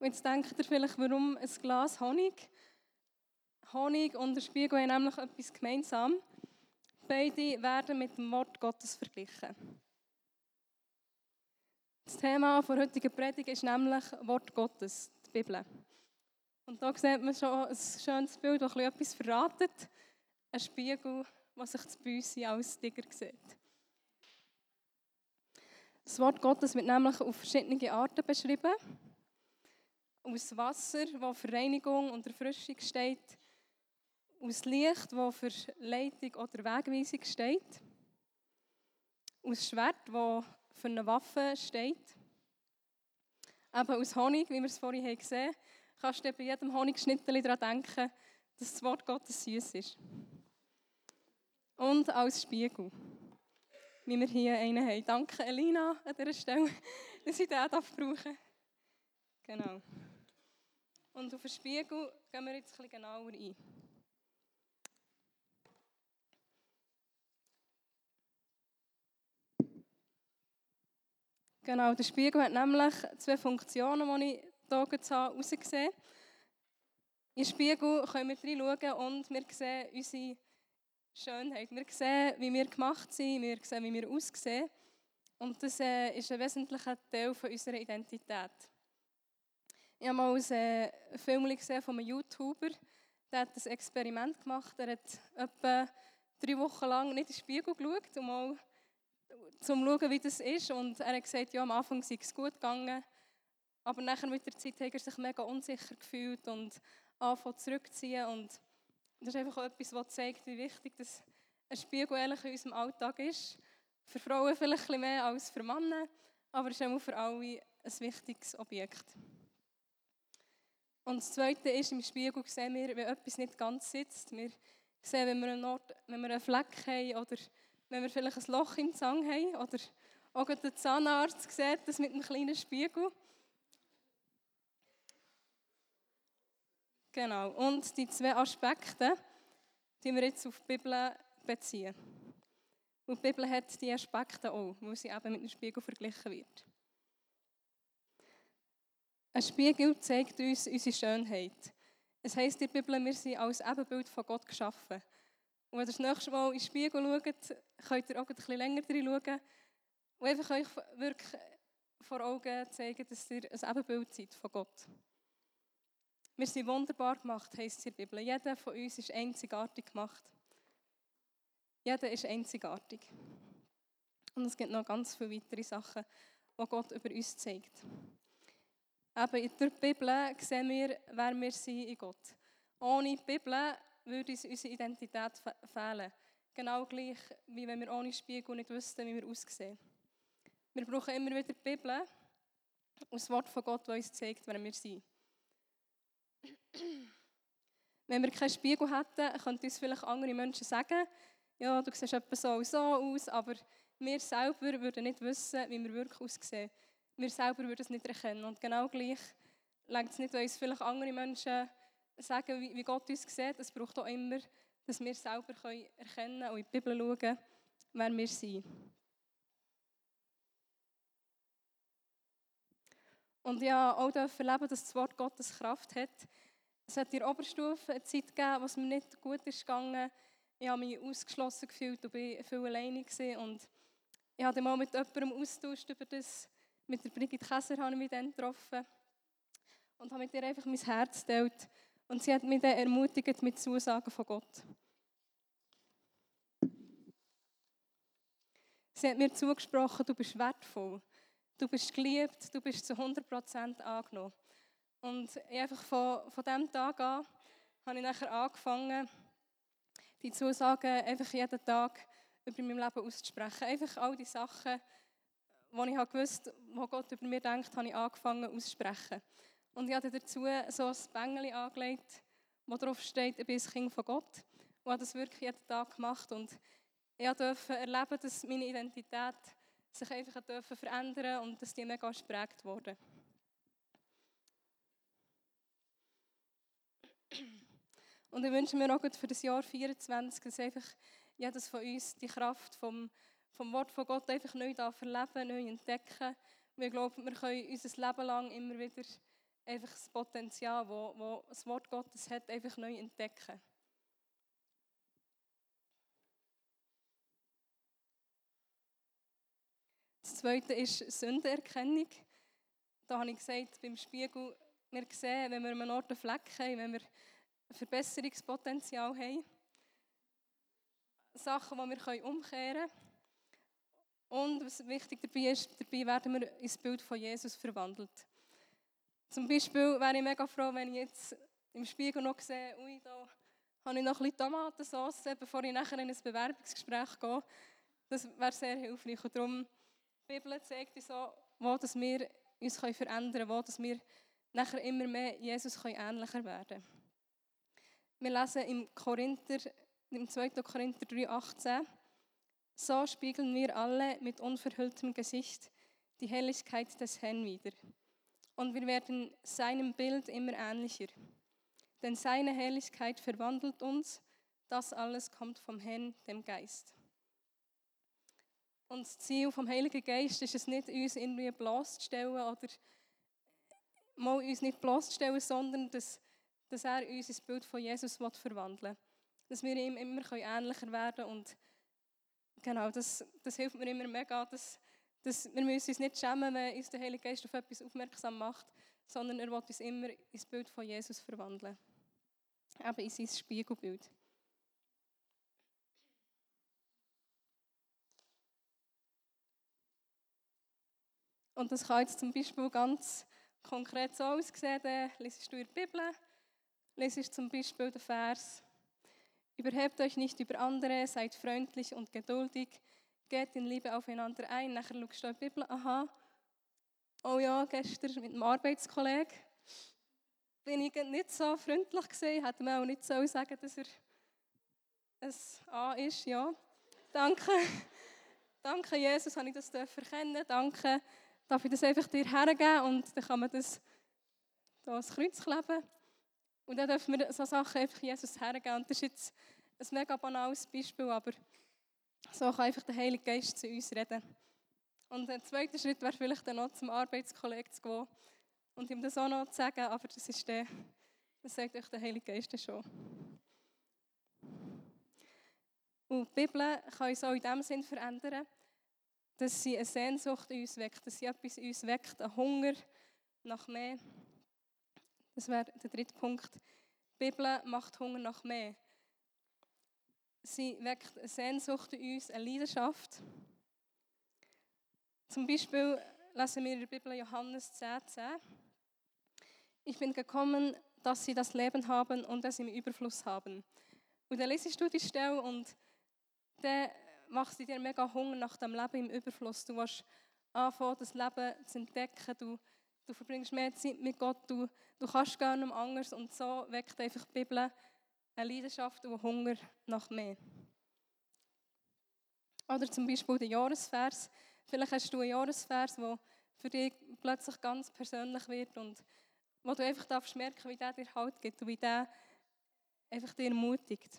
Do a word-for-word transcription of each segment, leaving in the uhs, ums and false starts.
Und jetzt denkt ihr vielleicht, warum ein Glas Honig? Honig und der Spiegel haben nämlich etwas gemeinsam. Beide werden mit dem Wort Gottes verglichen. Das Thema der heutigen Predigt ist nämlich Wort Gottes, die Bibel. Und da sieht man schon ein schönes Bild, das etwas verratet. Ein Spiegel, der sich das Büssi als Tiger sieht. Das Wort Gottes wird nämlich auf verschiedene Arten beschrieben. Aus Wasser, das für Reinigung und Erfrischung steht. Aus Licht, das für Leitung oder Wegweisung steht. Aus Schwert, das für eine Waffe steht. Eben aus Honig, wie wir es vorhin gesehen haben, kannst du bei jedem Honigschnittchen daran denken, dass das Wort Gottes süß ist. Und als Spiegel, wie wir hier einen haben. Danke Elina an dieser Stelle, dass ich den brauchen darf. Genau. Und auf den Spiegel gehen wir jetzt ein bisschen genauer ein. Genau, der Spiegel hat nämlich zwei Funktionen, die ich hier herausgesehen habe. In den Spiegel können wir reinschauen und wir sehen unsere Schönheit. Wir sehen, wie wir gemacht sind, wir sehen, wie wir aussehen. Und das äh, ist ein wesentlicher Teil von unserer Identität. Ich habe mal einen äh, Film gesehen von einem YouTuber, der hat ein Experiment gemacht. Er hat etwa drei Wochen lang nicht in den Spiegel geschaut, um mal zu schauen, wie das ist. Und er hat gesagt, ja, am Anfang sei es gut gegangen. Aber nachher mit der Zeit hat er sich mega unsicher gefühlt und angefangen zurückzuziehen. Und das ist einfach auch etwas, das zeigt, wie wichtig das ein Spiegel ehrlich in unserem Alltag ist. Für Frauen vielleicht ein bisschen mehr als für Männer, aber es ist auch für alle ein wichtiges Objekt. Und das Zweite ist, im Spiegel sehen wir, wenn etwas nicht ganz sitzt. Wir sehen, wenn wir einen, Ort, wenn wir einen Fleck haben oder wenn wir vielleicht ein Loch im Zahn haben. Oder auch der Zahnarzt sieht das mit einem kleinen Spiegel. Genau. Und die zwei Aspekte, die wir jetzt auf die Bibel beziehen. Und die Bibel hat diese Aspekte auch, weil sie eben mit dem Spiegel verglichen wird. Ein Spiegel zeigt uns unsere Schönheit. Es heisst in der Bibel, wir sind als Ebenbild von Gott geschaffen. Und wenn ihr das nächste Mal in den Spiegel schaut, könnt ihr auch ein bisschen länger reinschauen und einfach euch wirklich vor Augen zeigen, dass ihr ein Ebenbild seid von Gott. Wir sind wunderbar gemacht, heisst es in der Bibel. Jeder von uns ist einzigartig gemacht. Jeder ist einzigartig. Und es gibt noch ganz viele weitere Sachen, die Gott über uns zeigt. Eben in der Bibel sehen wir, wer wir sind in Gott. Ohne die Bibel würde uns unsere Identität fehlen. Genau gleich, wie wenn wir ohne Spiegel nicht wüssten, wie wir aussehen. Wir brauchen immer wieder die Bibel und das Wort von Gott, das uns zeigt, wer wir sind. Wenn wir keinen Spiegel hätten, könnten uns vielleicht andere Menschen sagen, ja, du siehst etwa so und so aus, aber wir selber würden nicht wissen, wie wir wirklich aussehen. Wir selber würden es nicht erkennen. Und genau gleich reicht es nicht, wenn uns vielleicht andere Menschen sagen, wie Gott uns sieht. Es braucht auch immer, dass wir selber erkennen können und in die Bibel schauen, wer wir sind. Und ja, auch erleben, dass das Wort Gottes Kraft hat. Es hat in der Oberstufe eine Zeit gegeben, was mir nicht gut ist gegangen. Ich habe mich ausgeschlossen gefühlt und war viel alleine gewesen. Und ich habe mal mit jemandem austauscht über das. Mit der Brigitte Käser habe ich mich dann getroffen und habe mit ihr einfach mein Herz geteilt. Und sie hat mich dann ermutigt mit Zusagen von Gott. Sie hat mir zugesprochen, du bist wertvoll, du bist geliebt, du bist zu hundert Prozent angenommen. Und einfach von, von diesem Tag an habe ich nachher angefangen, die Zusagen einfach jeden Tag über mein Leben auszusprechen. Einfach all die Sachen, wo ich gewusst, was Gott über mir denkt, habe ich angefangen auszusprechen. Und ich habe dazu so ein Bängeli angelegt, wo drauf steht, ich bin ein Kind von Gott. Und habe das wirklich jeden Tag gemacht. Und ich durfte erleben, dass meine Identität sich einfach verändern und dass die mega geprägt wurde. Und ich wünsche mir auch für das Jahr vierundzwanzig, dass einfach jedes von uns die Kraft vom vom Wort von Gott einfach neu erleben, neu entdecken. Wir glauben, wir können unser Leben lang immer wieder einfach das Potenzial, wo, wo das Wort Gottes hat, einfach neu entdecken. Das Zweite ist Sündenerkennung. Da habe ich gesagt, beim Spiegel, wir sehen, wenn wir an einem Ort einen Fleck haben, wenn wir ein Verbesserungspotenzial haben, Sachen, die wir umkehren können. Und was wichtig dabei ist, dabei werden wir ins Bild von Jesus verwandelt. Zum Beispiel wäre ich mega froh, wenn ich jetzt im Spiegel noch sehe, ui, da habe ich noch ein bisschen Tomatensauce, bevor ich nachher in ein Bewerbungsgespräch gehe. Das wäre sehr hilfreich. Und darum, die Bibel zeigt uns so, wo dass wir uns verändern können, wo dass wir nachher immer mehr Jesus ähnlicher werden können. Wir lesen im Korinther, im zweiten Korinther drei achtzehn, so spiegeln wir alle mit unverhülltem Gesicht die Herrlichkeit des Herrn wider. Und wir werden seinem Bild immer ähnlicher. Denn seine Herrlichkeit verwandelt uns, das alles kommt vom Herrn, dem Geist. Und das Ziel vom Heiligen Geist ist es nicht, uns irgendwie bloßzustellen oder mal uns nicht bloßzustellen, sondern dass, dass er uns ins Bild von Jesus verwandeln will. Dass wir ihm immer ähnlicher werden können. Und genau, das, das hilft mir immer mega. Dass, dass wir müssen uns nicht schämen, wenn uns der Heilige Geist auf etwas aufmerksam macht, sondern er will uns immer ins Bild von Jesus verwandeln. Eben in sein Spiegelbild. Und das kann jetzt zum Beispiel ganz konkret so aussehen. Dann liest du in der Bibel, liest zum Beispiel den Vers: Überhebt euch nicht über andere, seid freundlich und geduldig, geht in Liebe aufeinander ein. Nachher schaust du in die Bibel, aha, oh ja, gestern mit einem Arbeitskollegen bin ich nicht so freundlich gewesen, hätte mir auch nicht so sagen, dass er ein A ist, ja. Danke, danke Jesus, habe ich das erkennen. Danke, darf ich das einfach dir hergeben und dann kann man das hier ans Kreuz kleben. Und dann dürfen wir so Sachen einfach Jesus hergeben. Und das ist jetzt ein mega banales Beispiel, aber so kann einfach der Heilige Geist zu uns reden. Und der zweite Schritt wäre vielleicht dann noch zum Arbeitskollegen zu gehen und ihm das auch noch zu sagen, aber das ist der, das sagt euch der Heilige Geist schon. Und die Bibel kann uns auch in dem Sinn verändern, dass sie eine Sehnsucht in uns weckt, dass sie etwas in uns weckt, einen Hunger nach mehr. Das wäre der dritte Punkt. Die Bibel macht Hunger nach mehr. Sie weckt eine Sehnsucht in uns, eine Leidenschaft. Zum Beispiel lesen wir in der Bibel Johannes zehn zehn. Ich bin gekommen, dass sie das Leben haben und es im Überfluss haben. Und dann liest du die Stelle und dann macht sie dir mega Hunger nach dem Leben im Überfluss. Du willst anfangen, das Leben zu entdecken. Du, du verbringst mehr Zeit mit Gott. Du, du kannst gar nicht anders. Und so weckt einfach die Bibel eine Leidenschaft und Hunger nach mehr. Oder zum Beispiel der Jahresvers. Vielleicht hast du einen Jahresvers, der für dich plötzlich ganz persönlich wird und wo du einfach darfst merken, wie der dir Halt gibt und wie der einfach dir ermutigt.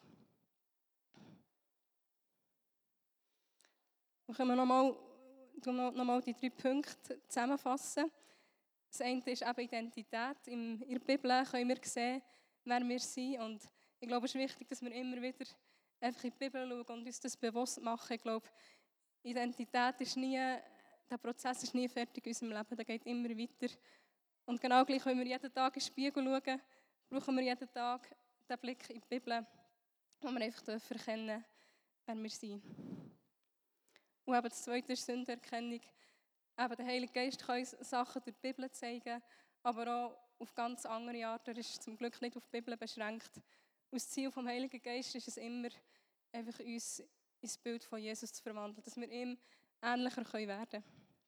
Wir können nochmal noch mal die drei Punkte zusammenfassen. Das eine ist eben Identität. In der Bibel können wir sehen, wer wir sind. Und ich glaube, es ist wichtig, dass wir immer wieder einfach in die Bibel schauen und uns das bewusst machen. Ich glaube, Identität ist nie, der Prozess ist nie fertig in unserem Leben, der geht immer weiter. Und genau gleich, wenn wir jeden Tag in den Spiegel schauen, brauchen wir jeden Tag den Blick in die Bibel, wo wir einfach erkennen dürfen, wer wir sind. Und eben das Zweite ist Sündenerkennung. Eben der Heilige Geist kann uns Sachen durch die Bibel zeigen, aber auch auf ganz andere Art. Er ist zum Glück nicht auf die Bibel beschränkt. Und das Ziel vom Heiligen Geist ist es immer, einfach uns ins Bild von Jesus zu verwandeln, dass wir ihm ähnlicher werden können.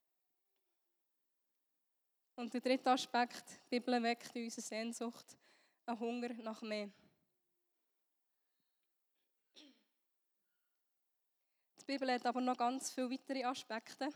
Und der dritte Aspekt, die Bibel weckt in unsere Sehnsucht, einen Hunger nach mehr. Die Bibel hat aber noch ganz viele weitere Aspekte.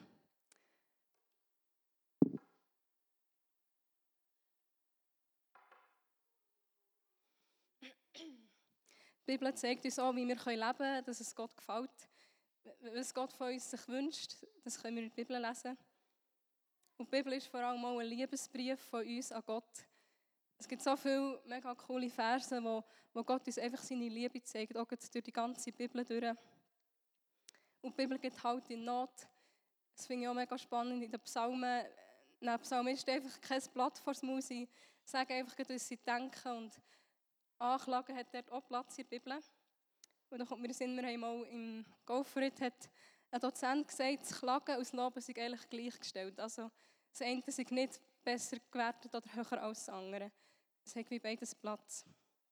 Die Bibel zeigt uns auch, wie wir leben können, dass es Gott gefällt. Was Gott von uns sich wünscht, das können wir in der Bibel lesen. Und die Bibel ist vor allem auch ein Liebesbrief von uns an Gott. Es gibt so viele mega coole Verse, wo, wo Gott uns einfach seine Liebe zeigt, auch durch die ganze Bibel durch. Und die Bibel geht halt in Not. Das finde ich auch mega spannend. In den Psalmen, neben Psalmisten einfach kein Blatt vor das Maul. Sie sagen einfach, was sie denken. Und Anklagen hat dort auch Platz in der Bibel. Und dann kommt mir in den Sinn, wir haben mal im Golfritt hat ein Dozent gesagt, das Klagen und das Loben sind eigentlich gleichgestellt. Also das eine ist nicht besser gewertet oder höher als das andere. Es hat wie beides Platz.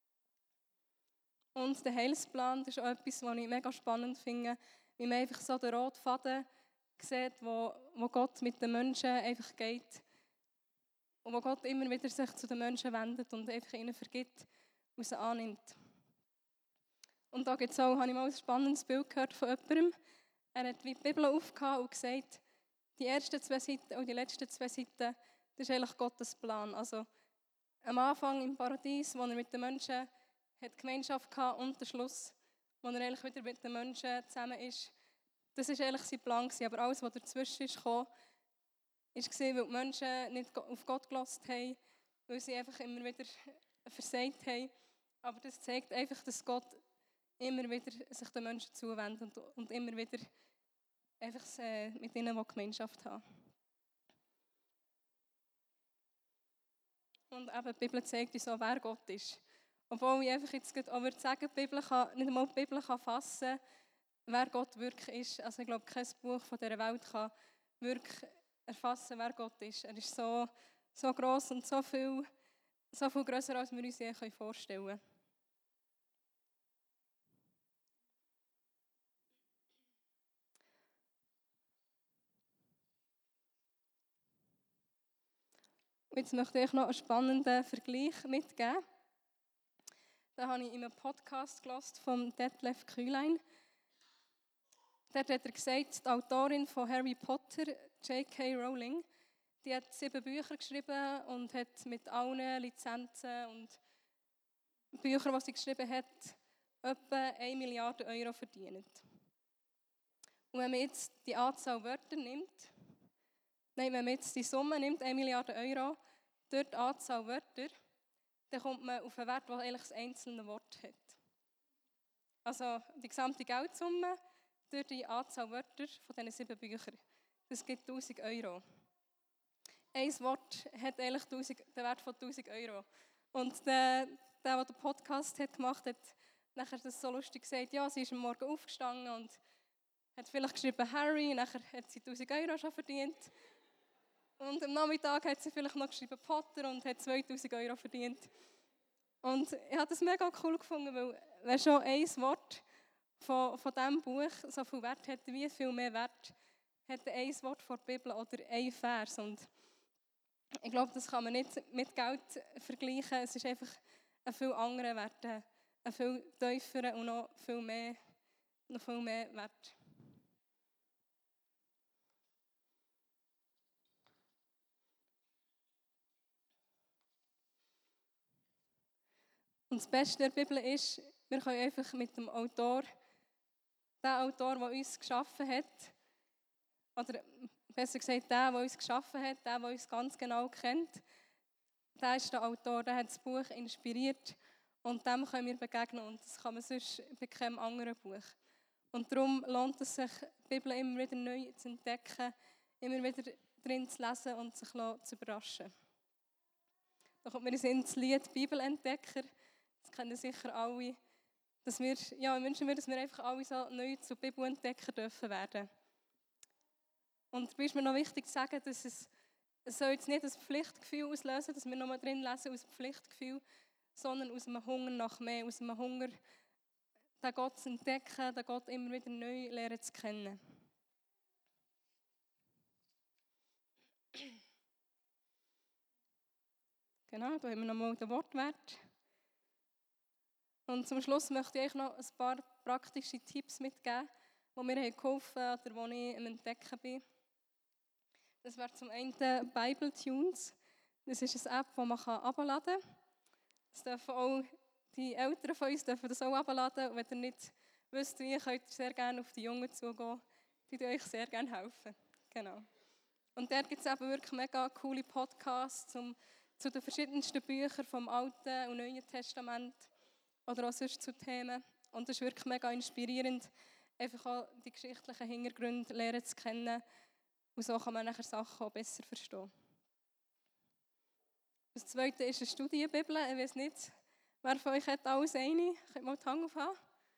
Und der Heilsplan, das ist auch etwas, was ich mega spannend finde, wie man einfach so den roten Faden sieht, wo, wo Gott mit den Menschen einfach geht. Und wo Gott immer wieder sich zu den Menschen wendet und einfach ihnen vergibt und sie annimmt. Und da gibt's auch, habe ich mal ein spannendes Bild gehört von jemandem. Er hat wie die Bibel aufgehauen und gesagt, die ersten zwei Seiten und die letzten zwei Seiten, das ist eigentlich Gottes Plan. Also am Anfang im Paradies, wo er mit den Menschen hat Gemeinschaft hatte und der Schluss, wo er eigentlich wieder mit den Menschen zusammen ist, das war eigentlich sein Plan. Aber alles, was dazwischen kam, war, weil die Menschen nicht auf Gott gehört haben, weil sie einfach immer wieder versagt haben. Aber das zeigt einfach, dass Gott immer wieder sich den Menschen zuwendet und, und immer wieder einfach mit ihnen Gemeinschaft haben. Und eben, die Bibel zeigt uns auch, wer Gott ist. Obwohl ich einfach jetzt auch würde sagen, die Bibel kann, nicht einmal die Bibel kann fassen, wer Gott wirklich ist. Also ich glaube, kein Buch von dieser Welt kann wirklich erfassen, wer Gott ist. Er ist so, so gross und so viel, so viel grösser, als wir uns je vorstellen können. Und jetzt möchte ich euch noch einen spannenden Vergleich mitgeben. Da habe ich in einem Podcast gehört von Detlef Kühlein. Dort hat er gesagt, die Autorin von Harry Potter, J K Rowling, die hat sieben Bücher geschrieben und hat mit allen Lizenzen und Büchern, die sie geschrieben hat, etwa eine Milliarde Euro verdient. Und wenn man jetzt die Anzahl Wörter nimmt, nein, wenn man jetzt die Summe nimmt, eine Milliarde Euro, durch die Anzahl Wörter, dann kommt man auf einen Wert, der eigentlich das einzelne Wort hat. Also die gesamte Geldsumme durch die Anzahl Wörter von diesen sieben Büchern. Das gibt tausend Euro. Ein Wort hat eigentlich den Wert von tausend Euro. Und der, der, der den Podcast hat gemacht hat, nachher das so lustig gesagt, ja, sie ist am Morgen aufgestanden und hat vielleicht geschrieben Harry, nachher hat sie tausend Euro schon verdient. Und am Nachmittag hat sie vielleicht noch geschrieben Potter und hat zweitausend Euro verdient. Und ich habe das mega cool gefunden, weil wenn schon ein Wort von, von diesem Buch so viel Wert hat, wie viel mehr Wert hat ein Wort von der Bibel oder ein Vers. Und ich glaube, das kann man nicht mit Geld vergleichen. Es ist einfach ein viel anderer Wert, ein viel tieferer und noch viel mehr, noch viel mehr Wert. Und das Beste der Bibel ist, wir können einfach mit dem Autor, der Autor, der uns geschaffen hat, oder besser gesagt, der, der uns geschaffen hat, der, der uns ganz genau kennt, der ist der Autor, der hat das Buch inspiriert und dem können wir begegnen und das kann man sonst bei keinem anderen Buch. Und darum lohnt es sich, die Bibel immer wieder neu zu entdecken, immer wieder drin zu lesen und sich zu überraschen. Da kommt mir in den Sinn das Lied Bibelentdecker. Das kennen sicher alle. Dass wir, ja, ich wünsche mir, dass wir einfach alle so neu zu Bibelentdecker dürfen werden. Und dabei ist mir noch wichtig zu sagen, dass es, es soll jetzt nicht ein Pflichtgefühl auslösen, dass wir noch mal drin lesen aus dem Pflichtgefühl, sondern aus einem Hunger nach mehr, aus einem Hunger, den Gott zu entdecken, den Gott immer wieder neu lernen zu kennen. Genau, da haben wir nochmal den Wortwert. Und zum Schluss möchte ich euch noch ein paar praktische Tipps mitgeben, die mir geholfen haben oder die ich am Entdecken bin. Das wäre zum einen Bible Tunes. Das ist eine App, die man herunterladen kann. Das dürfen auch die Eltern von uns dürfen das auch herunterladen. Und wenn ihr nicht wisst, wie, könnt ihr sehr gerne auf die Jungen zugehen. Die euch sehr gerne helfen. Genau. Und dort gibt es eben wirklich mega coole Podcasts zum, zu den verschiedensten Büchern vom Alten und Neuen Testament oder auch sonst zu Themen. Und es ist wirklich mega inspirierend, einfach auch die geschichtlichen Hintergründe lernen zu kennen. Und so kann man nachher Sachen auch besser verstehen. Das Zweite ist eine Studienbibel. Ich weiß nicht, wer von euch hat alles eine? Könnt mal die Hand aufhaben?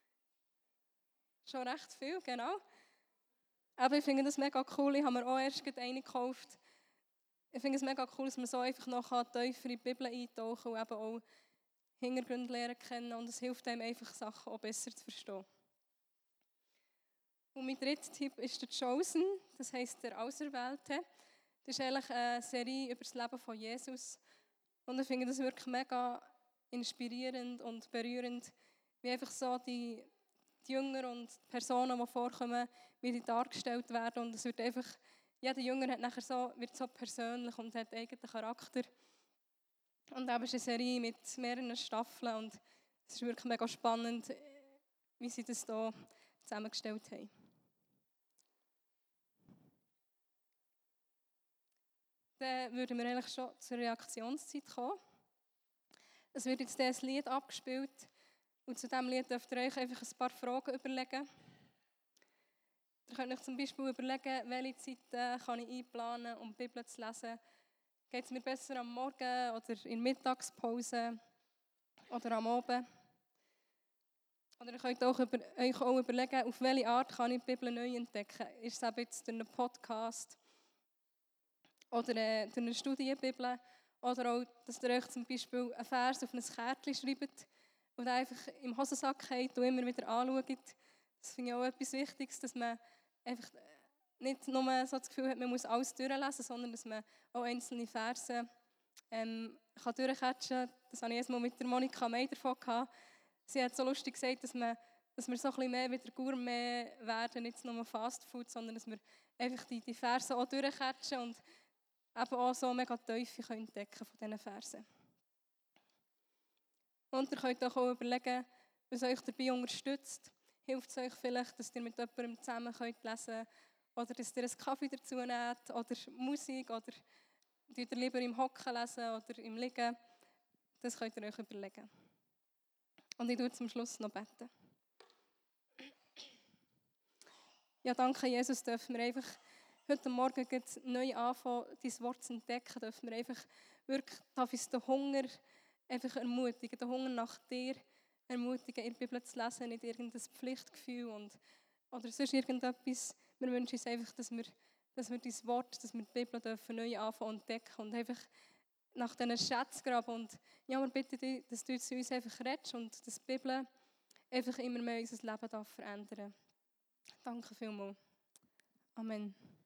Schon recht viel, genau. Aber ich finde das mega cool. Ich habe mir auch erst eine gekauft. Ich finde es mega cool, dass man so einfach noch tiefer in die Bibel eintauchen und eben auch Hintergründe lernen kennen. Und es hilft einem einfach, Sachen auch besser zu verstehen. Und mein dritter Tipp ist «The Chosen», das heisst «Der Auserwählte». Das ist eigentlich eine Serie über das Leben von Jesus. Und ich finde das wirklich mega inspirierend und berührend, wie einfach so die, die Jünger und die Personen, die vorkommen, wie die dargestellt werden. Und es wird einfach, jeder Jünger hat nachher so, wird so persönlich und hat eigenen Charakter. Und eben ist eine Serie mit mehreren Staffeln und es ist wirklich mega spannend, wie sie das hier zusammengestellt haben. Dann würden wir eigentlich schon zur Reaktionszeit kommen. Es wird jetzt ein Lied abgespielt und zu diesem Lied dürft ihr euch einfach ein paar Fragen überlegen. Ihr könnt euch zum Beispiel überlegen, welche Zeiten kann ich einplanen, um die Bibel zu lesen. Geht es mir besser am Morgen oder in der Mittagspause oder am Abend? Oder ihr könnt auch über, euch auch überlegen, auf welche Art kann ich die Bibel neu entdecken. Ist es eben jetzt durch einen Podcast oder äh, durch eine Studienbibel oder auch, dass ihr euch zum Beispiel einen Vers auf ein Kärtchen schreibt und einfach im Hosensack habt und immer wieder anschaut. Das finde ich auch etwas Wichtiges, dass man einfach nicht nur so das Gefühl hat, man muss alles durchlesen, sondern dass man auch einzelne Verse ähm, kann durchcatchen kann. Das hatte ich erst mal mit der Monika May davon gehabt. Sie hat so lustig gesagt, dass, man, dass wir so ein bisschen mehr wieder Gourmet werden, nicht nur Fast Food, sondern dass wir einfach die, die Verse auch durchcatchen und eben auch so mega Tiefe entdecken von diesen Versen. Und ihr könnt euch auch überlegen, was euch dabei unterstützt. Hilft es euch vielleicht, dass ihr mit jemandem zusammen könnt lesen könnt oder dass ihr einen Kaffee dazu nehmt oder Musik oder ihr lieber im Hocken lesen oder im Liegen. Das könnt ihr euch überlegen. Und ich tue zum Schluss noch beten. Ja, danke Jesus, dürfen wir einfach heute Morgen neu anfangen, dein Wort zu entdecken. Dürfen wir einfach wirklich, darf uns den Hunger einfach ermutigen, den Hunger nach dir ermutigen, in der Bibel zu lesen, nicht irgendein Pflichtgefühl und, oder sonst irgendetwas. Wir wünschen uns einfach, dass wir, dass wir dein Wort, dass wir die Bibel dürfen neu anfangen und entdecken und einfach nach diesen Schätzen graben. Und ja, wir bitten dich, dass du zu uns einfach redest und dass die Bibel einfach immer mehr unser Leben verändern darf. Danke vielmals. Amen.